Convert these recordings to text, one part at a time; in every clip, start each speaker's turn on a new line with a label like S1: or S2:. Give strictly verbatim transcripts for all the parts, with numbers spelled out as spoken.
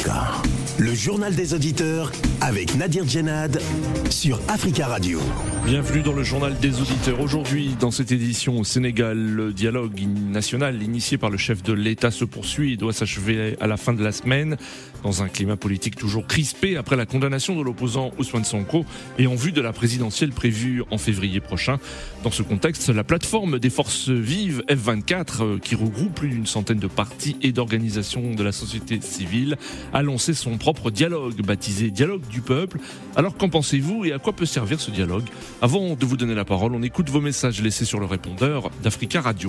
S1: Africa, le journal des auditeurs avec Nadir Djenad sur Africa Radio.
S2: Bienvenue dans le journal des auditeurs. Aujourd'hui, dans cette édition au Sénégal, le dialogue national initié par le chef de l'État se poursuit et doit s'achever à la fin de la semaine, dans un climat politique toujours crispé après la condamnation de l'opposant Ousmane Sonko et en vue de la présidentielle prévue en février prochain. Dans ce contexte, la plateforme des forces vives F vingt-quatre, qui regroupe plus d'une centaine de partis et d'organisations de la société civile, a lancé son propre dialogue, baptisé Dialogue du peuple. Alors qu'en pensez-vous et à quoi peut servir ce dialogue ? Avant de vous donner la parole, on écoute vos messages laissés sur le répondeur d'Africa Radio.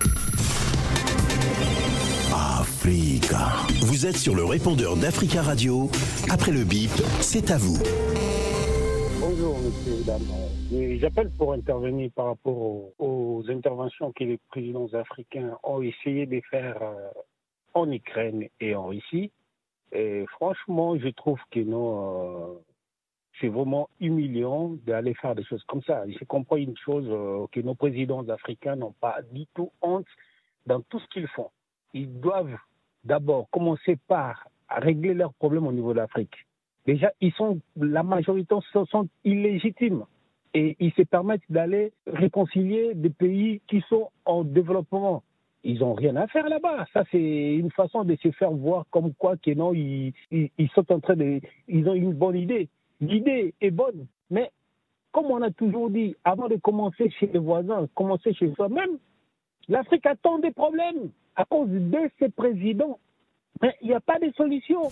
S1: Africa. Vous êtes sur le répondeur d'Africa Radio. Après le bip, c'est à vous.
S3: Bonjour, monsieur, dame. J'appelle pour intervenir par rapport aux, aux interventions que les présidents africains ont essayé de faire euh, en Ukraine et en Russie. Et franchement, je trouve que non, euh, c'est vraiment humiliant d'aller faire des choses comme ça. Je comprends une chose, euh, que nos présidents africains n'ont pas du tout honte dans tout ce qu'ils font. Ils doivent d'abord commencer par régler leurs problèmes au niveau de l'Afrique. Déjà, ils sont, la majorité sont, sont illégitimes et ils se permettent d'aller réconcilier des pays qui sont en développement. Ils n'ont rien à faire là-bas. Ça, c'est une façon de se faire voir comme quoi que non, ils, ils, ils sont en train de, ils ont une bonne idée. L'idée est bonne, mais comme on a toujours dit, avant de commencer chez les voisins, commencer chez soi-même, l'Afrique a tant de problèmes à cause de ses présidents. Mais il n'y a pas de solution.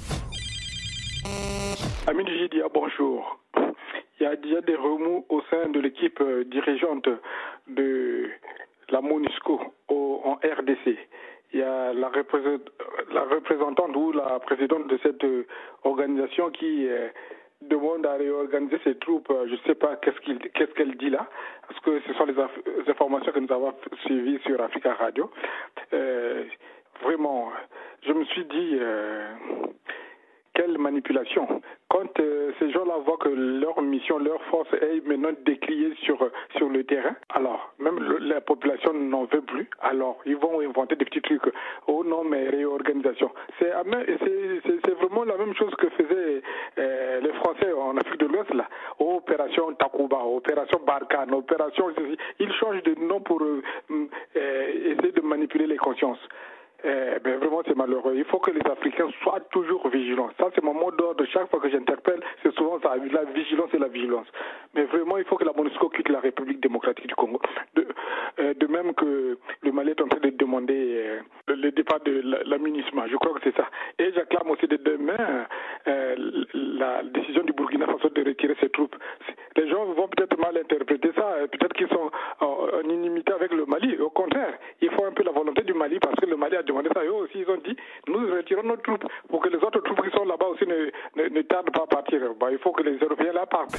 S4: Amin Jidia, bonjour. Il y a déjà des remous au sein de l'équipe dirigeante de la MONUSCO au, en R D C. Il y a la, représent, la représentante ou la présidente de cette organisation qui euh, demande à réorganiser ses troupes. Je ne sais pas qu'est-ce, qu'il, qu'est-ce qu'elle dit là, parce que ce sont les, aff- les informations que nous avons suivies sur Africa Radio. Euh, vraiment, je me suis dit... Euh, Quelle manipulation. Quand euh, ces gens-là voient que leur mission, leur force est maintenant décriée sur, sur le terrain, alors même le, la population n'en veut plus, alors ils vont inventer des petits trucs. Oh non, mais réorganisation. C'est, c'est, c'est, c'est vraiment la même chose que faisaient euh, les Français en Afrique de l'Ouest, là. Opération Takuba, opération Barkhane, opération... Ils changent de nom pour euh, euh, essayer de manipuler les consciences. Eh ben vraiment c'est malheureux. Il faut que les Africains soient toujours vigilants. Ça c'est mon mot d'ordre. Chaque fois que j'interpelle, c'est souvent ça, la vigilance et la vigilance. Mais vraiment il faut que la MONUSCO quitte la République démocratique du Congo. De, euh, de même que le Mali est en train de demander euh, le, le départ de la, la MINUSMA. Je crois que c'est ça. Et j'acclame aussi de demain euh, la décision du Burkina Faso de retirer ses troupes. Les gens vont peut-être mal interpréter ça. Peut-être qu'ils sont en, en inimité avec le Mali. Au contraire, il faut un peu la volonté du Mali parce que le Mali a demandé ça. Eux aussi, ils ont dit, nous retirons nos troupes pour que les autres troupes qui sont là-bas aussi ne, ne, ne tardent pas à partir. Bah, il faut que les Européens là partent.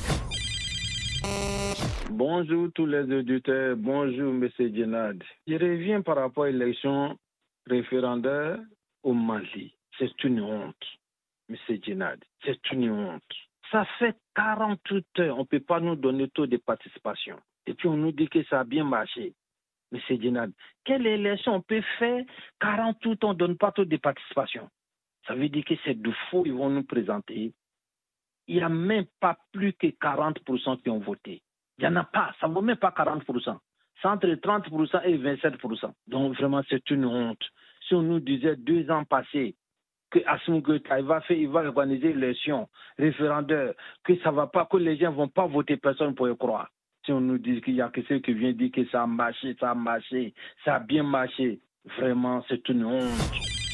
S5: Bonjour tous les auditeurs, bonjour M. Djenad. Je reviens par rapport à l'élection référendaire au Mali. C'est une honte, M. Djenad. C'est une honte. Ça fait quarante-huit heures, on ne peut pas nous donner taux de participation. Et puis on nous dit que ça a bien marché. Monsieur Djenad, quelle élection on peut faire quarante-huit ans, on ne donne pas taux de participation? Ça veut dire que c'est du faux, ils vont nous présenter. Il n'y a même pas plus que quarante pour cent qui ont voté. Il n'y en a pas, ça ne vaut même pas quarante pour cent. C'est entre trente pour cent et vingt-sept pour cent. Donc vraiment, c'est une honte. Si on nous disait deux ans passés que Assimi Goïta, il va faire, il va organiser l'élection référendaire, que ça ne va pas, que les gens ne vont pas voter, personne ne pourrait croire. Si on nous dit qu'il y a quelqu'un qui vient dire que ça a marché, ça a marché, ça a bien marché, vraiment, c'est une honte.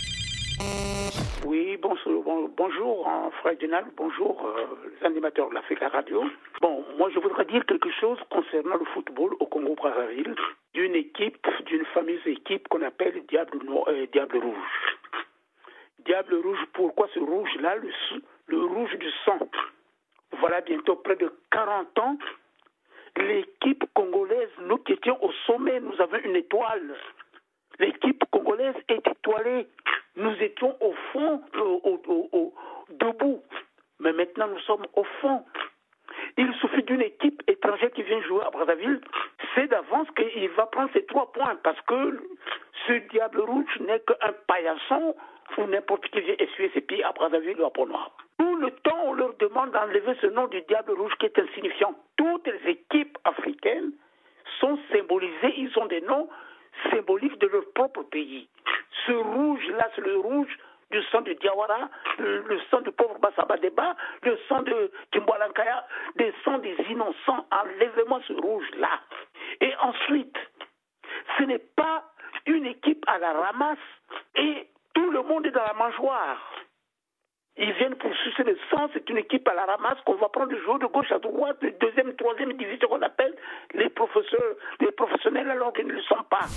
S6: Oui, bonjour, bon, bonjour, hein, frère Djenad, bonjour, euh, les animateurs de l'Africa Radio. Bon, moi je voudrais dire quelque chose concernant le football au Congo-Brazzaville, d'une équipe, d'une fameuse équipe qu'on appelle Diable, euh, Diable Rouge. Diable Rouge, pourquoi ce rouge-là, le, le rouge du sang? Voilà bientôt près de quarante ans, l'équipe congolaise, nous qui étions au sommet, nous avons une étoile. L'équipe congolaise est étoilée. Nous étions au fond, au, au, au, au, debout. Mais maintenant, nous sommes au fond. Il suffit d'une équipe étrangère qui vient jouer à Brazzaville, c'est d'avance qu'il va prendre ses trois points parce que Ce diable rouge n'est qu'un paillasson ou n'importe qui vient essuyer ses pieds à Brazzaville ou à Pont-Noir. Tout le temps, on leur demande d'enlever ce nom du diable rouge qui est insignifiant. Toutes les équipes africaines sont symbolisées, ils ont des noms symboliques de leur propre pays. Ce rouge-là, c'est le rouge du sang de Diawara, le, le sang du pauvre Bassaba Deba, le sang de Timbalankaya, le sang des innocents. Enlèvez-moi ce rouge-là. Et ensuite, ce n'est pas une équipe à la ramasse et tout le monde est dans la mangeoire. Ils viennent pour sucer le sang, c'est une équipe à la ramasse qu'on va prendre du jour de gauche à droite, de deuxième, troisième division qu'on appelle les professeurs, les professionnels alors qu'ils ne le sont pas.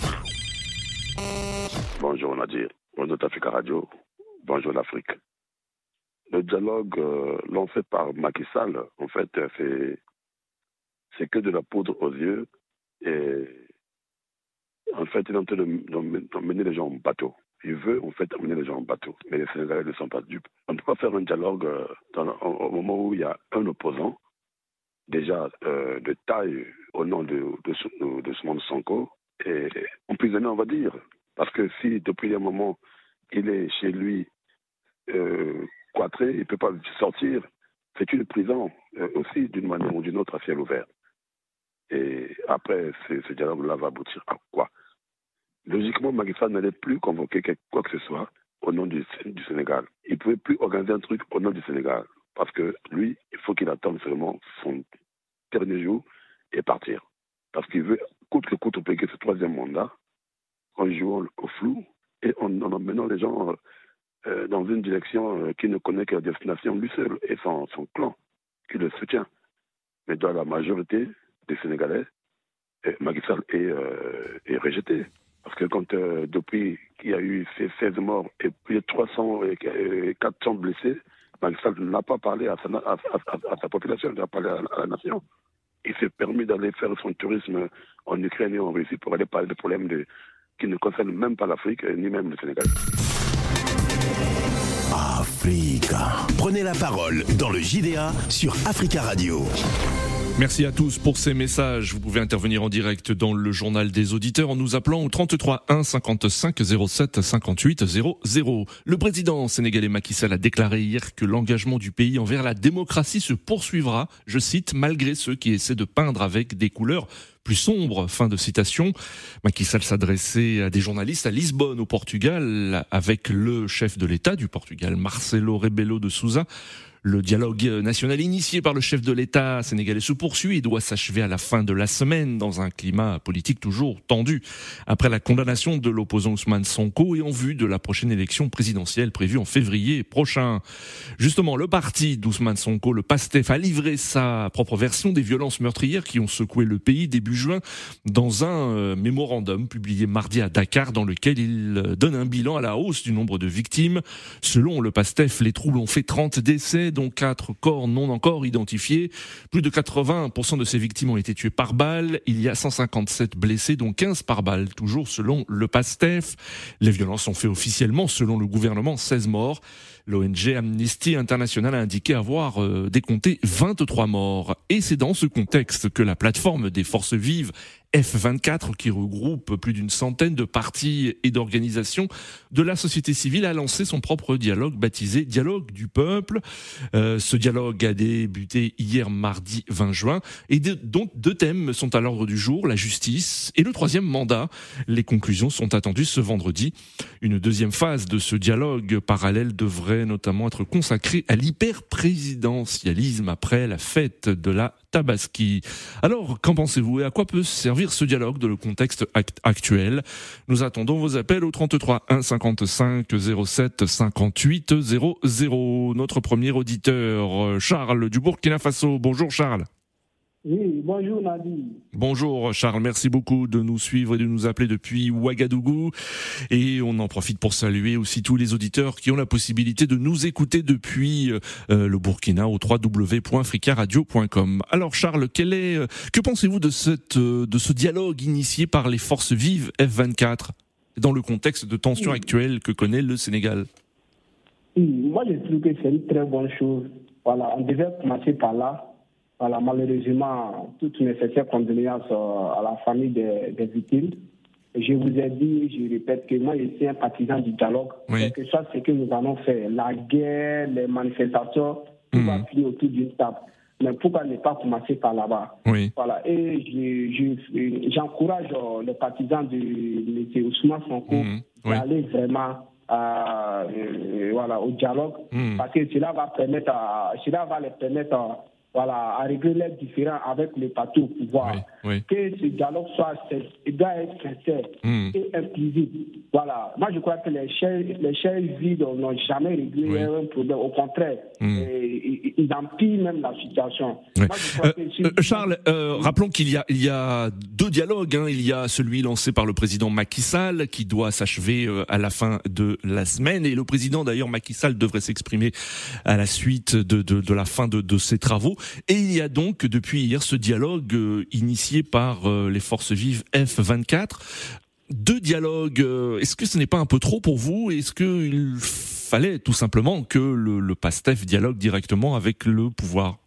S7: Bonjour Nadir, bonjour Africa Radio, bonjour l'Afrique. Le dialogue euh, lancé par Macky Sall, en fait, c'est, c'est que de la poudre aux yeux et en fait, il est en train d'emmener les gens en bateau. Il veut en fait emmener les gens en bateau, mais les Sénégalais ne sont pas dupes. On ne peut pas faire un dialogue euh, dans, au, au moment où il y a un opposant, déjà euh, de taille au nom de, de, de Ousmane Sonko, et emprisonné, on va dire. Parce que si depuis un moment, il est chez lui euh, cloîtré, il ne peut pas sortir, c'est une prison euh, aussi d'une manière ou d'une autre à ciel ouvert. Et après, ce dialogue-là va aboutir à quoi? Logiquement, Macky Sall n'allait plus convoquer quoi que ce soit au nom du, du Sénégal. Il ne pouvait plus organiser un truc au nom du Sénégal. Parce que lui, il faut qu'il attende seulement son dernier jour et partir. Parce qu'il veut, coûte que coûte, payer ce troisième mandat en jouant au flou et en, en emmenant les gens euh, dans une direction euh, qui ne connaît que la destination lui seul et son, son clan qui le soutient. Mais dans la majorité des Sénégalais, Macky Sall est, euh, est rejeté. Parce que quand, euh, depuis qu'il y a eu ces seize morts et plus de trois cents et quatre cents blessés, Macky Sall n'a pas parlé à sa, à, à, à sa population, il n'a pas parlé à, à la nation. Il s'est permis d'aller faire son tourisme en Ukraine et en Russie pour aller parler de problèmes de, qui ne concernent même pas l'Afrique, ni même le Sénégal.
S1: Africa. Prenez la parole dans le J D A sur Africa Radio.
S2: Merci à tous pour ces messages. Vous pouvez intervenir en direct dans le journal des auditeurs en nous appelant au trente-trois un cinquante-cinq zéro sept cinquante-huit zéro zéro. Le président sénégalais Macky Sall a déclaré hier que l'engagement du pays envers la démocratie se poursuivra, je cite, malgré ceux qui essaient de peindre avec des couleurs plus sombres. Fin de citation. Macky Sall s'adressait à des journalistes à Lisbonne, au Portugal, avec le chef de l'État du Portugal, Marcelo Rebelo de Sousa. Le dialogue national initié par le chef de l'État sénégalais se poursuit et doit s'achever à la fin de la semaine dans un climat politique toujours tendu. Après la condamnation de l'opposant Ousmane Sonko et en vue de la prochaine élection présidentielle prévue en février prochain. Justement, le parti d'Ousmane Sonko, le PASTEF, a livré sa propre version des violences meurtrières qui ont secoué le pays début juin dans un euh, mémorandum publié mardi à Dakar dans lequel il donne un bilan à la hausse du nombre de victimes. Selon le PASTEF, les troubles ont fait trente décès, dont quatre corps non encore identifiés. Plus de quatre-vingts pour cent de ces victimes ont été tuées par balle. Il y a cent cinquante-sept blessés, dont quinze par balle, toujours selon le PASTEF. Les violences ont fait officiellement, selon le gouvernement, seize morts. L'O N G Amnesty International a indiqué avoir euh, décompté vingt-trois morts. Et c'est dans ce contexte que la plateforme des forces vives F vingt-quatre, qui regroupe plus d'une centaine de partis et d'organisations de la société civile, a lancé son propre dialogue baptisé Dialogue du Peuple. Euh, ce dialogue a débuté hier mardi vingt juin et de, dont deux thèmes sont à l'ordre du jour, la justice et le troisième mandat. Les conclusions sont attendues ce vendredi. Une deuxième phase de ce dialogue parallèle devrait notamment être consacrée à l'hyper-présidentialisme après la fête de la Tabaski. Alors, qu'en pensez-vous et à quoi peut servir ce dialogue dans le contexte actuel? Nous attendons vos appels au trente-trois un cinquante-cinq zéro sept cinquante-huit zéro zéro. Notre premier auditeur, Charles du Burkina Faso. Bonjour Charles.
S8: Oui, bonjour Nadi.
S2: Bonjour Charles, merci beaucoup de nous suivre et de nous appeler depuis Ouagadougou. Et on en profite pour saluer aussi tous les auditeurs qui ont la possibilité de nous écouter depuis euh, le Burkina au w w w point africa radio point com. Alors Charles, quel est, euh, que pensez-vous de, cette, euh, de ce dialogue initié par les forces vives F vingt-quatre dans le contexte de tension oui. actuelle que connaît le Sénégal?
S8: Oui, moi je trouve que c'est une très bonne chose. Voilà, on devait commencer par là. Voilà, malheureusement, toute nécessaire condoléance à la famille des, des victimes. je vous ai dit, je répète que moi, je suis un partisan du dialogue.
S2: Oui.
S8: Que ça, c'est ce que nous allons faire. La guerre, les manifestations, tout mmh. va finir autour d'une table. Mais pourquoi ne pas commencer par là-bas?
S2: Oui.
S8: Voilà. Et je, je, j'encourage euh, les partisans de M. Ousmane Sonko mmh. oui. d'aller vraiment euh, euh, voilà, au dialogue, mmh. parce que cela va, permettre à, cela va les permettre à, voilà, à régler les différends avec le parti au pouvoir.
S2: Oui. Oui.
S8: Que ce dialogue soit, il doit être sincère mmh. et inclusif. Voilà. Moi, je crois que les chaises, les chaises vides n'ont jamais réglé oui. un problème. Au contraire, mmh. et, ils empirent même la situation.
S2: Oui.
S8: Moi, je crois
S2: euh,
S8: que si...
S2: euh, Charles, euh, mmh. rappelons qu'il y a, il y a deux dialogues. Hein. Il y a celui lancé par le président Macky Sall, qui doit s'achever euh, à la fin de la semaine. Et le président, d'ailleurs, Macky Sall, devrait s'exprimer à la suite de, de, de la fin de, de ses travaux. Et il y a donc, depuis hier, ce dialogue euh, initié par euh, les forces vives F vingt-quatre. Deux dialogues, euh, est-ce que ce n'est pas un peu trop pour vous? Est-ce qu'il fallait tout simplement que le, le PASTEF dialogue directement avec le pouvoir?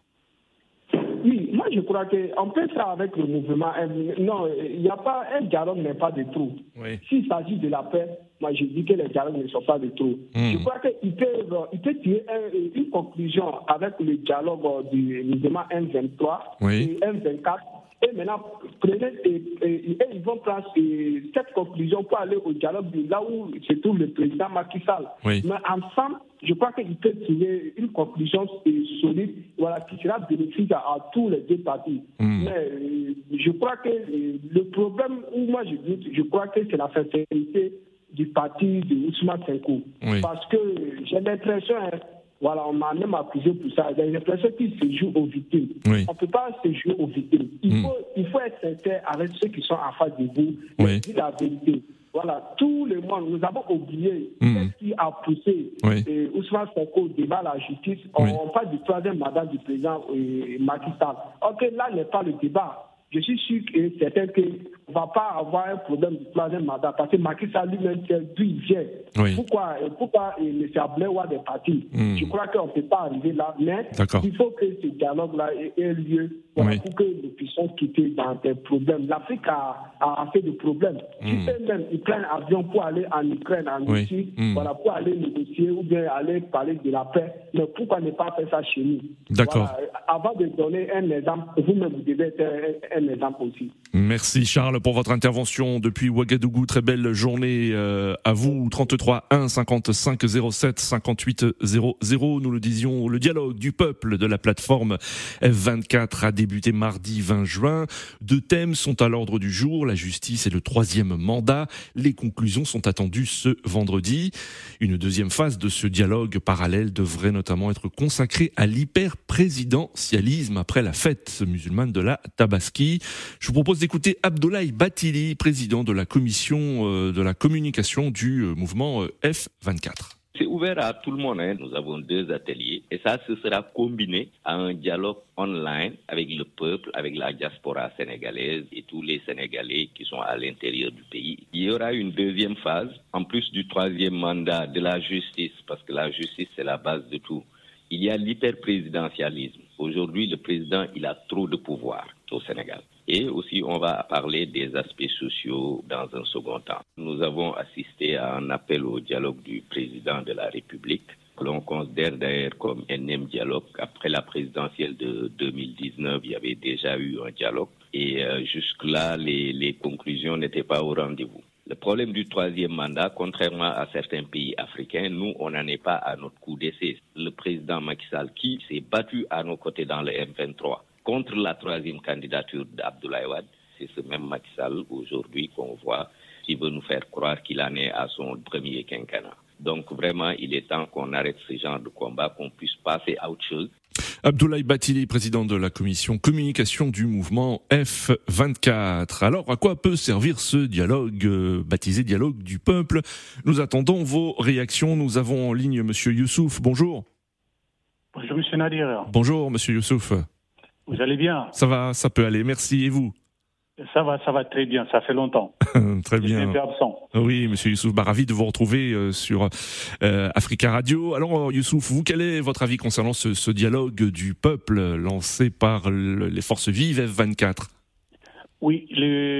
S8: Oui, moi je crois qu'on peut faire avec le mouvement. Non, il n'y a pas, un dialogue n'est pas de trop. Oui. S'il s'agit de la paix, moi je dis que les dialogues ne sont pas de trop. Mmh. Je crois qu'il peut, il peut tirer un, une conclusion avec le dialogue du mouvement M vingt-trois
S2: oui.
S8: et M vingt-quatre. Et maintenant, prenez, et, et, et ils vont prendre et, cette conclusion pour aller au dialogue de là où se trouve le président Macky Sall.
S2: Oui.
S8: Mais ensemble, je crois qu'il peut tirer une conclusion solide, voilà, qui sera bénéfique à, à tous les deux partis. Mm. Mais euh, je crois que euh, le problème où moi je dis, je crois que c'est la sincérité du parti de Ousmane Sonko.
S2: Oui.
S8: Parce que j'ai l'impression... Hein, voilà, on m'a même accusé pour ça. J'ai l'impression qu'il se joue aux victimes.
S2: Oui.
S8: On ne peut pas se jouer aux victimes. Il, mm. faut, il faut être sincère avec ceux qui sont en face de vous et
S2: oui.
S8: dire la vérité. Voilà, tout le monde, nous avons oublié mm. ce qui a poussé
S2: oui.
S8: euh, Ousmane Sonko devant la justice. On,
S2: oui.
S8: on parle du troisième mandat du président euh, Macky Sall. Ok, là n'est pas le débat. Je suis sûr et certain qu'on ne va pas avoir un problème du troisième mandat parce que Macky Sall lui-même sait d'où il vient.
S2: Oui.
S8: Pourquoi, pourquoi M. Ablaïwad est parti mm. Je crois qu'on ne peut pas arriver là, mais
S2: D'accord.
S8: il faut que ce dialogue-là ait lieu voilà, oui. pour que nous puissions quitter dans des problèmes. L'Afrique a, a fait des problèmes. Mm. Si eux-mêmes ils prennent avion pour aller en Ukraine, en Russie, oui. mm. voilà, pour aller négocier ou bien aller parler de la paix, mais pourquoi ne pas faire ça chez nous?
S2: D'accord.
S8: Voilà. Avant de donner un exemple, vous-même vous devez être un, un exemple aussi.
S2: Merci Charles pour votre intervention depuis Ouagadougou. Très belle journée euh, à vous. trente-trois un cinquante-cinq zéro sept cinquante-huit zéro zéro. Nous le disions, le dialogue du peuple de la plateforme F vingt-quatre a débuté mardi vingt juin. Deux thèmes sont à l'ordre du jour, la justice et le troisième mandat. Les conclusions sont attendues ce vendredi. Une deuxième phase de ce dialogue parallèle devrait notamment être consacrée à l'hyper-présidentialisme après la fête musulmane de la Tabaski. Je vous propose d'écouter Abdoulaye Bathily, président de la commission de la communication du mouvement F vingt-quatre.
S9: C'est ouvert à tout le monde. Hein. Nous avons deux ateliers et ça, ce sera combiné à un dialogue online avec le peuple, avec la diaspora sénégalaise et tous les Sénégalais qui sont à l'intérieur du pays. Il y aura une deuxième phase, en plus du troisième mandat de la justice, parce que la justice, c'est la base de tout. Il y a l'hyperprésidentialisme. Aujourd'hui, le président, il a trop de pouvoir au Sénégal. Et aussi, on va parler des aspects sociaux dans un second temps. Nous avons assisté à un appel au dialogue du président de la République, que l'on considère d'ailleurs comme un énième dialogue. Après la présidentielle de deux mille dix-neuf, il y avait déjà eu un dialogue. Et euh, jusque-là, les, les conclusions n'étaient pas au rendez-vous. Le problème du troisième mandat, contrairement à certains pays africains, nous, on n'en est pas à notre coup d'essai. Le président Macky Sall, qui s'est battu à nos côtés dans le M vingt-trois contre la troisième candidature d'Abdoulaye Wade, c'est ce même Macky Sall aujourd'hui qu'on voit qui veut nous faire croire qu'il en est à son premier quinquennat. Donc vraiment, il est temps qu'on arrête ce genre de combat, qu'on puisse passer à autre chose.
S2: Abdoulaye Bathily, président de la commission communication du mouvement F vingt-quatre. Alors, à quoi peut servir ce dialogue euh, baptisé dialogue du peuple? Nous attendons vos réactions. Nous avons en ligne Monsieur Youssouf. Bonjour.
S10: Bonjour Monsieur Nadir.
S2: Bonjour Monsieur Youssouf.
S10: Vous allez bien?
S2: Ça va, ça peut aller. Merci. Et vous?
S10: Ça va, ça va très bien. Ça fait longtemps.
S2: Très bien.
S10: J'étais absent.
S2: Oui, Monsieur Youssouf, bah, ravi de vous retrouver euh, sur euh, Africa Radio. Alors, Youssouf, vous, quel est votre avis concernant ce, ce dialogue du peuple lancé par le, les forces vives F vingt-quatre?
S10: Oui, le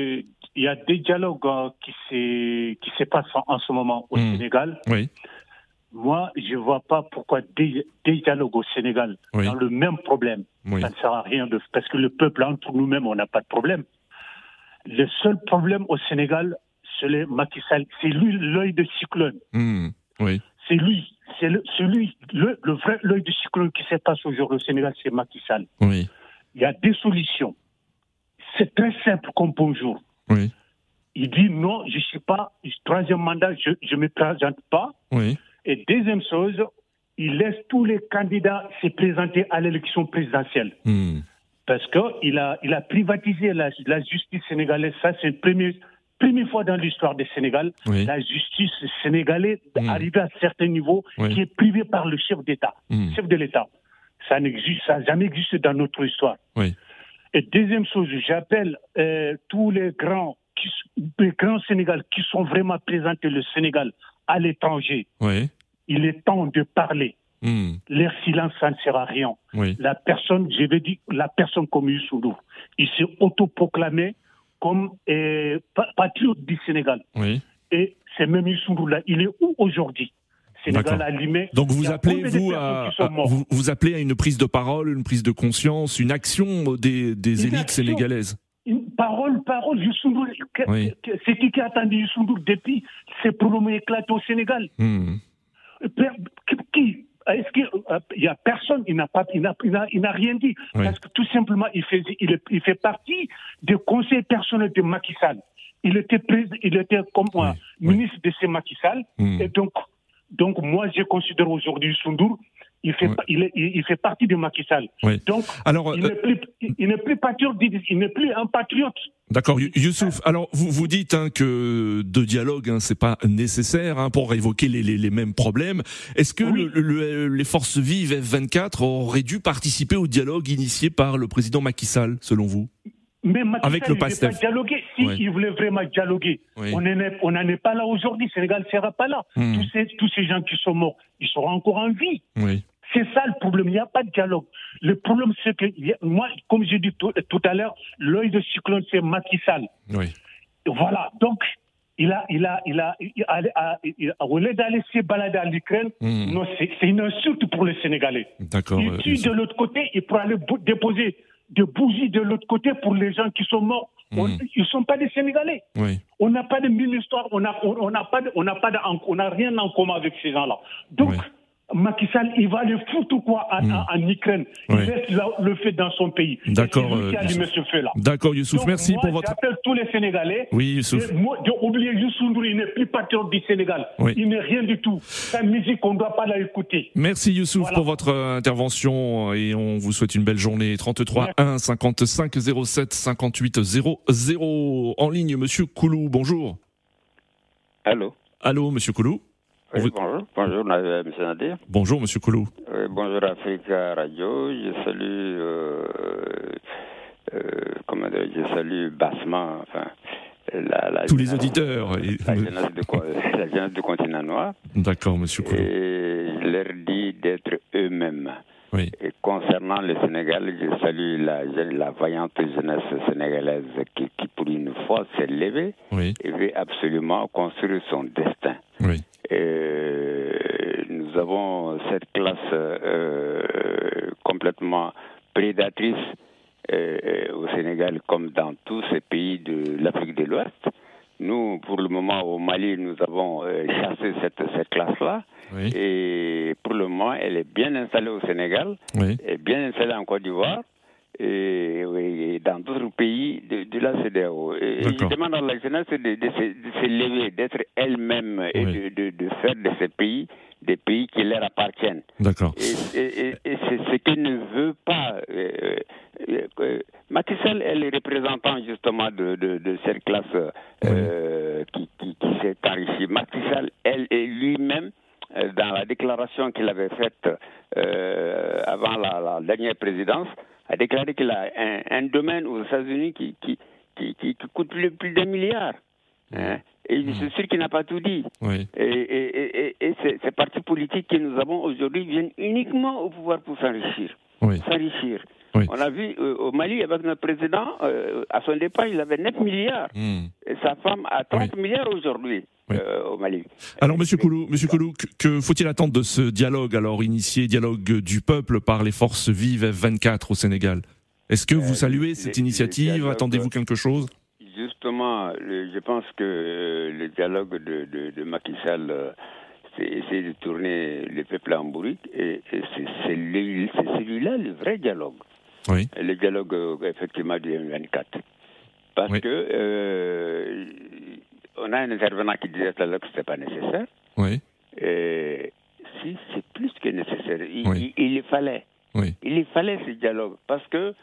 S10: il y a des dialogues euh, qui, s'est, qui se passent en, en ce moment au mmh. Sénégal.
S2: Oui.
S10: Moi, je ne vois pas pourquoi des, des dialogues au Sénégal oui. dans le même problème. Oui. Ça ne sert à rien de... Parce que le peuple, entre nous-mêmes, on n'a pas de problème. Le seul problème au Sénégal, c'est le Macky Sall. C'est lui l'œil de cyclone.
S2: Mmh. Oui.
S10: C'est lui. C'est le, celui, le, le vrai l'œil de cyclone qui se passe aujourd'hui au Sénégal, c'est Macky Sall.
S2: Oui.
S10: Il y a des solutions. C'est très simple comme bonjour.
S2: Oui.
S10: Il dit non, je ne suis pas, troisième mandat, je ne me présente pas.
S2: Oui.
S10: Et deuxième chose, il laisse tous les candidats se présenter à l'élection présidentielle.
S2: Mmh.
S10: Parce qu'il a, il a privatisé la, la justice sénégalaise. Ça, c'est la première, première fois dans l'histoire du Sénégal.
S2: Oui.
S10: La justice sénégalaise
S2: mmh.
S10: arrive à certains niveaux
S2: oui.
S10: qui est privée par le chef d'État,
S2: mmh.
S10: chef de l'État. Ça n'existe, ça n'a jamais existé dans notre histoire.
S2: Oui.
S10: Et deuxième chose, j'appelle euh, tous les grands, qui, les grands Sénégal qui sont vraiment présentés le Sénégal à l'étranger.
S2: Oui.
S10: Il est temps de parler.
S2: Mmh.
S10: Leur silence, ça ne sert à rien.
S2: Oui.
S10: La personne, je vais dire, la personne comme Youssou Ndour, il s'est autoproclamé comme euh, patriote du Sénégal.
S2: Oui.
S10: Et c'est même Youssou Ndour là, il est où aujourd'hui? Sénégal allumé.
S2: Donc vous appelez vous à, à vous, vous appelez à une prise de parole, une prise de conscience, une action des, des élites action, sénégalaises.
S10: Une parole, parole. Youssou Ndour,
S2: oui.
S10: c'est qui qui a attendu Youssou Ndour depuis ses problèmes éclatés au Sénégal?
S2: Mmh.
S10: Qui? Est-ce qu'il y a personne? Il n'a pas, il n'a, il n'a, il n'a rien dit
S2: oui.
S10: parce que tout simplement il fait, il, il fait partie des conseils personnels de Macky Sall. Il était pris, il était comme moi oui. ministre oui. de ce Macky Sall mmh. et donc. Donc, moi, je considère aujourd'hui Youssou Ndour, il fait, oui. il, est, il fait partie de Macky Sall.
S2: Oui.
S10: Donc, alors, il, euh, n'est plus, il n'est plus patriote, il n'est plus un patriote.
S2: D'accord, Youssouf. Alors, vous, vous dites hein, que de dialogue, hein, c'est pas nécessaire hein, pour évoquer les, les, les mêmes problèmes. Est-ce que oui. le, le, les forces vives F vingt-quatre auraient dû participer au dialogue initié par le président Macky Sall, selon vous?
S10: Mais Macky
S2: avec
S10: Sall,
S2: le PASTEF.
S10: Il ne veut pas dialoguer. Si
S2: oui.
S10: il voulait vraiment dialoguer,
S2: oui.
S10: on n'en est pas là aujourd'hui. Le Sénégal ne sera pas là. Mmh. Tous, ces, tous ces gens qui sont morts, ils seront encore en vie.
S2: Oui.
S10: C'est ça le problème. Il n'y a pas de dialogue. Le problème, c'est que, moi, comme j'ai dit tout, tout à l'heure, l'œil de cyclone, c'est Macky Sall.
S2: Oui.
S10: Voilà. Donc, il a, il a, il a, il a, il a, il a au lieu d'aller se balader à l'Ukraine, mmh. non, c'est, c'est une insulte pour les Sénégalais.
S2: D'accord.
S10: Il tue euh, de l'autre côté, il pourra aller déposer des bougies de l'autre côté pour les gens qui sont morts. Mmh. On, ils ne sont pas des Sénégalais.
S2: Oui.
S10: On n'a pas de mille histoires, on n'a on, on pas, de, on n'a pas de, on n'a rien en commun avec ces gens-là. Donc, oui. Macky Sall, il va le foutre quoi en, mmh. en, en Ukraine. Il oui. laisse la, le fait dans son pays.
S2: D'accord.
S10: C'est lui qui a allumé ce feu-là.
S2: D'accord, Youssouf.
S10: Donc,
S2: merci
S10: moi,
S2: pour votre.
S10: J'appelle tous les Sénégalais.
S2: Oui, Youssouf.
S10: D'oublier Youssou Ndour, il n'est plus patriote du Sénégal. Oui. Il n'est rien du tout. Sa musique, on ne doit pas la écouter.
S2: Merci Youssouf voilà. pour votre intervention et on vous souhaite une belle journée. trente-trois un cinquante-cinq zéro sept cinquante-huit zéro zéro. En ligne, Monsieur Koulou. Bonjour.
S11: Allô.
S2: Allô, Monsieur Koulou.
S11: Oui, vous... Bonjour, bonjour, M. Nadir.
S2: Bonjour, Monsieur Koulou.
S11: Oui, bonjour, Africa Radio. Je salue, euh, euh, comment dire, je salue bassement, enfin, la, la
S2: tous les auditeurs.
S11: La, la, jeunesse de, la jeunesse du continent noir.
S2: D'accord, Monsieur Koulou.
S11: Et je leur dis d'être eux-mêmes.
S2: Oui.
S11: Et concernant le Sénégal, je salue la, la vaillante jeunesse sénégalaise qui, qui pour une fois, s'est levée
S2: oui.
S11: et veut absolument construire son destin.
S2: Oui.
S11: Euh, nous avons cette classe euh, complètement prédatrice euh, au Sénégal comme dans tous ces pays de l'Afrique de l'Ouest. Nous, pour le moment, au Mali, nous avons euh, chassé cette, cette classe-là.
S2: Oui.
S11: Et pour le moment, elle est bien installée au Sénégal,
S2: oui.
S11: et bien installée en Côte d'Ivoire. Et, et dans d'autres pays de, de la C E D E A O. Et je demande à la jeunesse de, de, de, de se lever, d'être elle-même et oui. de, de, de faire de ces pays des pays qui leur appartiennent.
S2: D'accord.
S11: Et, et, et, et c'est ce que ne veut pas. Euh, euh, Macky Sall est le représentant justement de, de, de cette classe euh, oui. qui, qui, qui s'est enrichie. Macky Sall, elle et lui-même, euh, dans la déclaration qu'il avait faite euh, avant la, la dernière présidence, a déclaré qu'il a un, un domaine aux États-Unis qui, qui, qui, qui, qui coûte plus, plus d'un milliard. Hein? Et je suis sûr qu'il n'a pas tout dit.
S2: Oui.
S11: Et, et, et, et ces, ces partis politiques que nous avons aujourd'hui viennent uniquement au pouvoir pour s'enrichir. oui. s'enrichir. Oui. On a vu euh, au Mali, avec notre président, euh, à son départ, il avait neuf milliards. Mm. Et sa femme a trente oui. milliards aujourd'hui. Oui. Euh, au Mali.
S2: Alors, Monsieur Koulou, Monsieur Koulou, que, que faut-il attendre de ce dialogue, alors initié, dialogue du peuple par les forces vives F vingt-quatre au Sénégal? Est-ce que vous saluez euh, cette les, initiative? Dialogue, attendez-vous quelque chose?
S11: Justement, le, je pense que euh, le dialogue de, de, de Macky Sall, euh, c'est essayer de tourner le peuple en bourrique, et, et c'est, c'est, le, c'est celui-là le vrai dialogue.
S2: Oui.
S11: Le dialogue, euh, effectivement, du M vingt-quatre. Parce oui. que euh, on a un intervenant qui disait tout à l'heure que ce n'était pas nécessaire.
S2: Oui.
S11: Et, si, c'est plus que nécessaire. Il,
S2: oui.
S11: il, il le fallait.
S2: Oui.
S11: Il y fallait ce dialogue. Parce que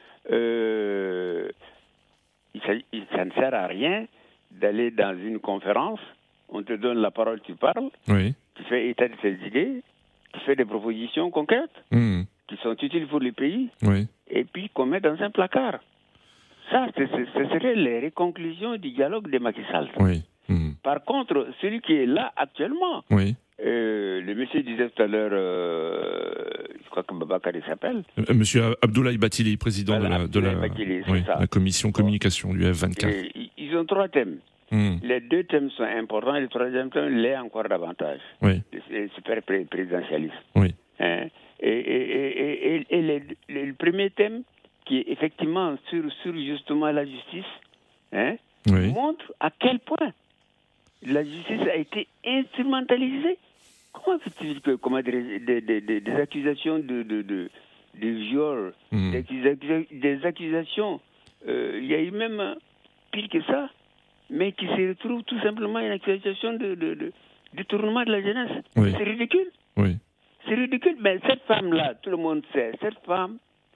S11: euh, ça, ça ne sert à rien d'aller dans une conférence, on te donne la parole, tu parles,
S2: oui.
S11: tu fais état de tes idées, tu fais des propositions concrètes
S2: mmh.
S11: qui sont utiles pour le pays,
S2: oui.
S11: et puis qu'on met dans un placard. Ça, c'est, c'est, ce serait les conclusions du dialogue de Macky Sall.
S2: Oui. Mmh.
S11: Par contre, celui qui est là actuellement,
S2: oui.
S11: euh, le monsieur disait tout à l'heure, euh, je crois que Babacar il s'appelle.
S2: Euh, monsieur Abdoulaye Bathily, président
S11: voilà,
S2: de, la, de la,
S11: Bathily,
S2: oui, la commission communication du F vingt-quatre.
S11: Et, ils ont trois thèmes.
S2: Mmh.
S11: Les deux thèmes sont importants, et le troisième thème l'est encore davantage.
S2: Oui.
S11: Le super présidentialisme.
S2: Oui.
S11: Hein? Et, et, et, et, et le, le, le premier thème, qui est effectivement sur, sur justement la justice, hein,
S2: oui.
S11: montre à quel point la justice a été instrumentalisée. Comment fait-il que comment, des, des, des, des accusations de, de, de, de viol, mmh. des, des accusations, euh, il y a eu même pire que ça, mais qui se retrouve tout simplement une accusation de, de, de détournement de la jeunesse.
S2: Oui.
S11: C'est ridicule.
S2: Oui.
S11: C'est ridicule, mais cette femme-là, tout le monde sait, cette femme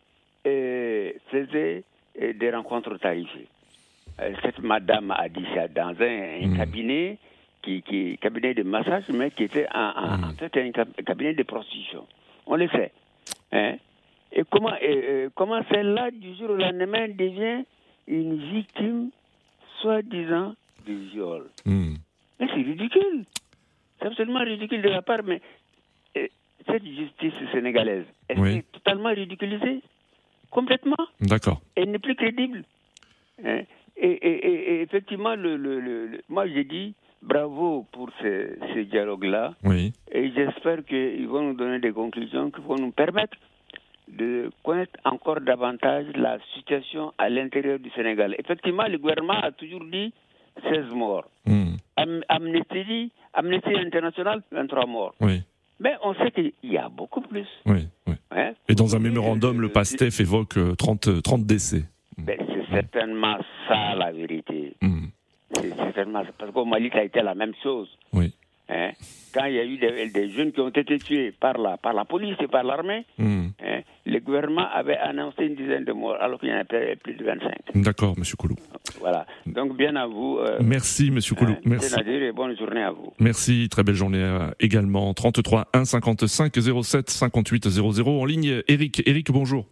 S11: euh, faisait euh, des rencontres tarifées. Euh, cette madame a dit ça dans un, un mmh. cabinet, qui, qui cabinet de massage, mais qui était en, en, mmh. en fait un cabinet de prostitution. On le sait. Hein? Et comment, euh, comment celle-là, du jour au lendemain, devient une victime soi-disant de viol.
S2: Mmh.
S11: Mais c'est ridicule. C'est absolument ridicule de la part, mais euh, cette justice sénégalaise, elle oui. est totalement ridiculisée. Complètement.
S2: D'accord.
S11: Elle n'est plus crédible. Hein? Et, et, et, et effectivement, le, le, le, le, moi j'ai dit bravo pour ce, ce dialogue-là.
S2: Oui.
S11: Et j'espère qu'ils vont nous donner des conclusions qui vont nous permettre de connaître encore davantage la situation à l'intérieur du Sénégal. Effectivement, le gouvernement a toujours dit seize morts.
S2: Mmh.
S11: Am- Amnesty, Amnesty International, vingt-trois morts.
S2: Oui.
S11: Mais on sait qu'il y a beaucoup plus.
S2: Oui, oui.
S11: Hein?
S2: Et dans un mémorandum, le PASTEF évoque trente, trente décès.
S11: Ben, c'est certainement ça la vérité.
S2: Mmh.
S11: C'est certainement ça. Parce qu'au Mali, ça a été la même chose.
S2: Oui.
S11: Hein? Quand il y a eu des, des jeunes qui ont été tués par la, par la police et par l'armée,
S2: mmh.
S11: hein, le gouvernement avait annoncé une dizaine de morts, alors qu'il y en avait plus de vingt-cinq.
S2: D'accord, M. Koulou.
S11: Voilà. Donc, bien à vous. Euh,
S2: Merci, M. Koulou.
S11: Hein,
S2: Merci.
S11: Nadir, et bonne journée à vous.
S2: Merci, très belle journée euh, également. trente-trois un cinquante-cinq zéro sept cinquante-huit zéro zéro. En ligne, Eric. Eric, bonjour.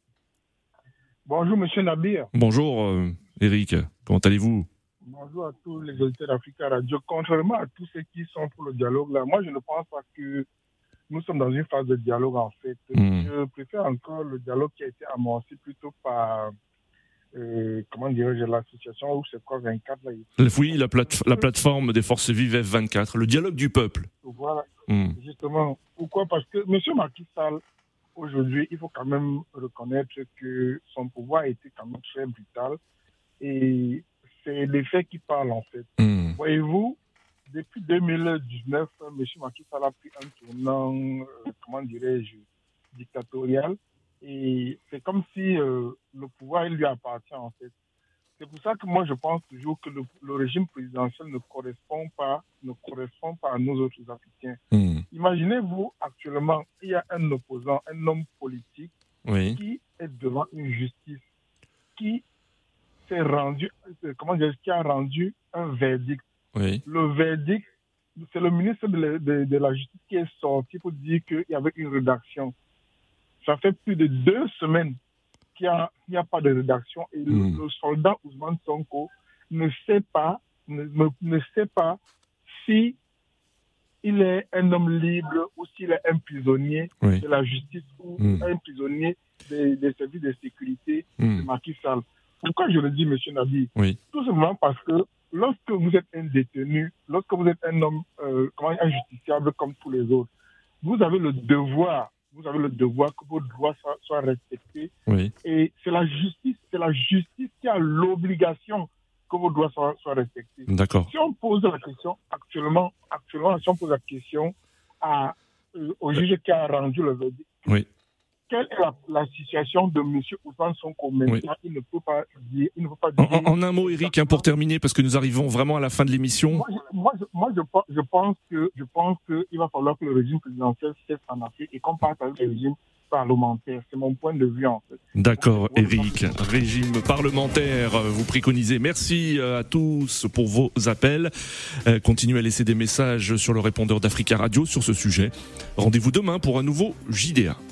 S12: Bonjour, M. Nabir.
S2: Bonjour, euh, Eric. Comment allez-vous?
S12: Bonjour à tous les auditeurs d'Africa Radio. Contrairement à tous ceux qui sont pour le dialogue, là, moi, je ne pense pas que nous sommes dans une phase de dialogue, en fait. Mmh. Je préfère encore le dialogue qui a été amorcé plutôt par, euh, comment dirais-je, l'association ou c'est quoi, vingt-quatre là.
S2: Oui, la, plate- la plateforme des forces vives F vingt-quatre, le dialogue du peuple.
S12: Voilà,
S2: mmh.
S12: justement. Pourquoi? Parce que M. Macky Sall, aujourd'hui, il faut quand même reconnaître que son pouvoir a été quand même très brutal. Et c'est les faits qui parlent, en fait.
S2: Mmh.
S12: Voyez-vous, depuis deux mille dix-neuf, M. Macky Sall a pris un tournant, euh, comment dirais-je, dictatorial. Et c'est comme si euh, le pouvoir, il lui appartient, en fait. C'est pour ça que moi, je pense toujours que le, le régime présidentiel ne correspond pas, ne correspond pas à nous autres Africains.
S2: Mmh.
S12: Imaginez-vous, actuellement, il y a un opposant, un homme politique,
S2: oui.
S12: qui est devant une justice, qui s'est rendu, comment dire, qui a rendu un verdict.
S2: Oui.
S12: Le verdict, c'est le ministre de la, de, de la Justice qui est sorti pour dire qu'il y avait une rédaction. Ça fait plus de deux semaines qu'il n'y a, a pas de rédaction et mmh. le, le soldat Ousmane Sonko ne sait pas, ne, ne sait pas si il est un homme libre ou s'il est un prisonnier
S2: oui.
S12: de la justice ou mmh. un prisonnier des, des services de sécurité
S2: mmh.
S12: de Macky Sall. Pourquoi je le dis, M. Nabi?
S2: Oui.
S12: Tout simplement parce que lorsque vous êtes un détenu, lorsque vous êtes un homme euh, comment, injusticiable comme tous les autres, vous avez le devoir, vous avez le devoir que vos droits soient, soient respectés.
S2: Oui.
S12: Et c'est la justice, c'est la justice qui a l'obligation que vos droits soient, soient respectés.
S2: D'accord.
S12: Si on pose la question actuellement, actuellement, si on pose la question à, euh, au juge qui a rendu le verdict,
S2: oui.
S12: quelle est la, la situation de M. Ousmane Sonko maintenant? Oui. Il ne peut pas dire. Il ne peut pas dire
S2: en, en un mot, Eric, hein, pour terminer, parce que nous arrivons vraiment à la fin de l'émission.
S12: Moi, je, moi, je, moi, je, je pense que je pense qu'il va falloir que le régime présidentiel cesse en Afrique et qu'on parte avec le régime parlementaire. C'est mon point de vue, en fait.
S2: D'accord, Eric. Régime parlementaire, vous préconisez. Merci à tous pour vos appels. Euh, continuez à laisser des messages sur le répondeur d'Africa Radio sur ce sujet. Rendez-vous demain pour un nouveau J D A.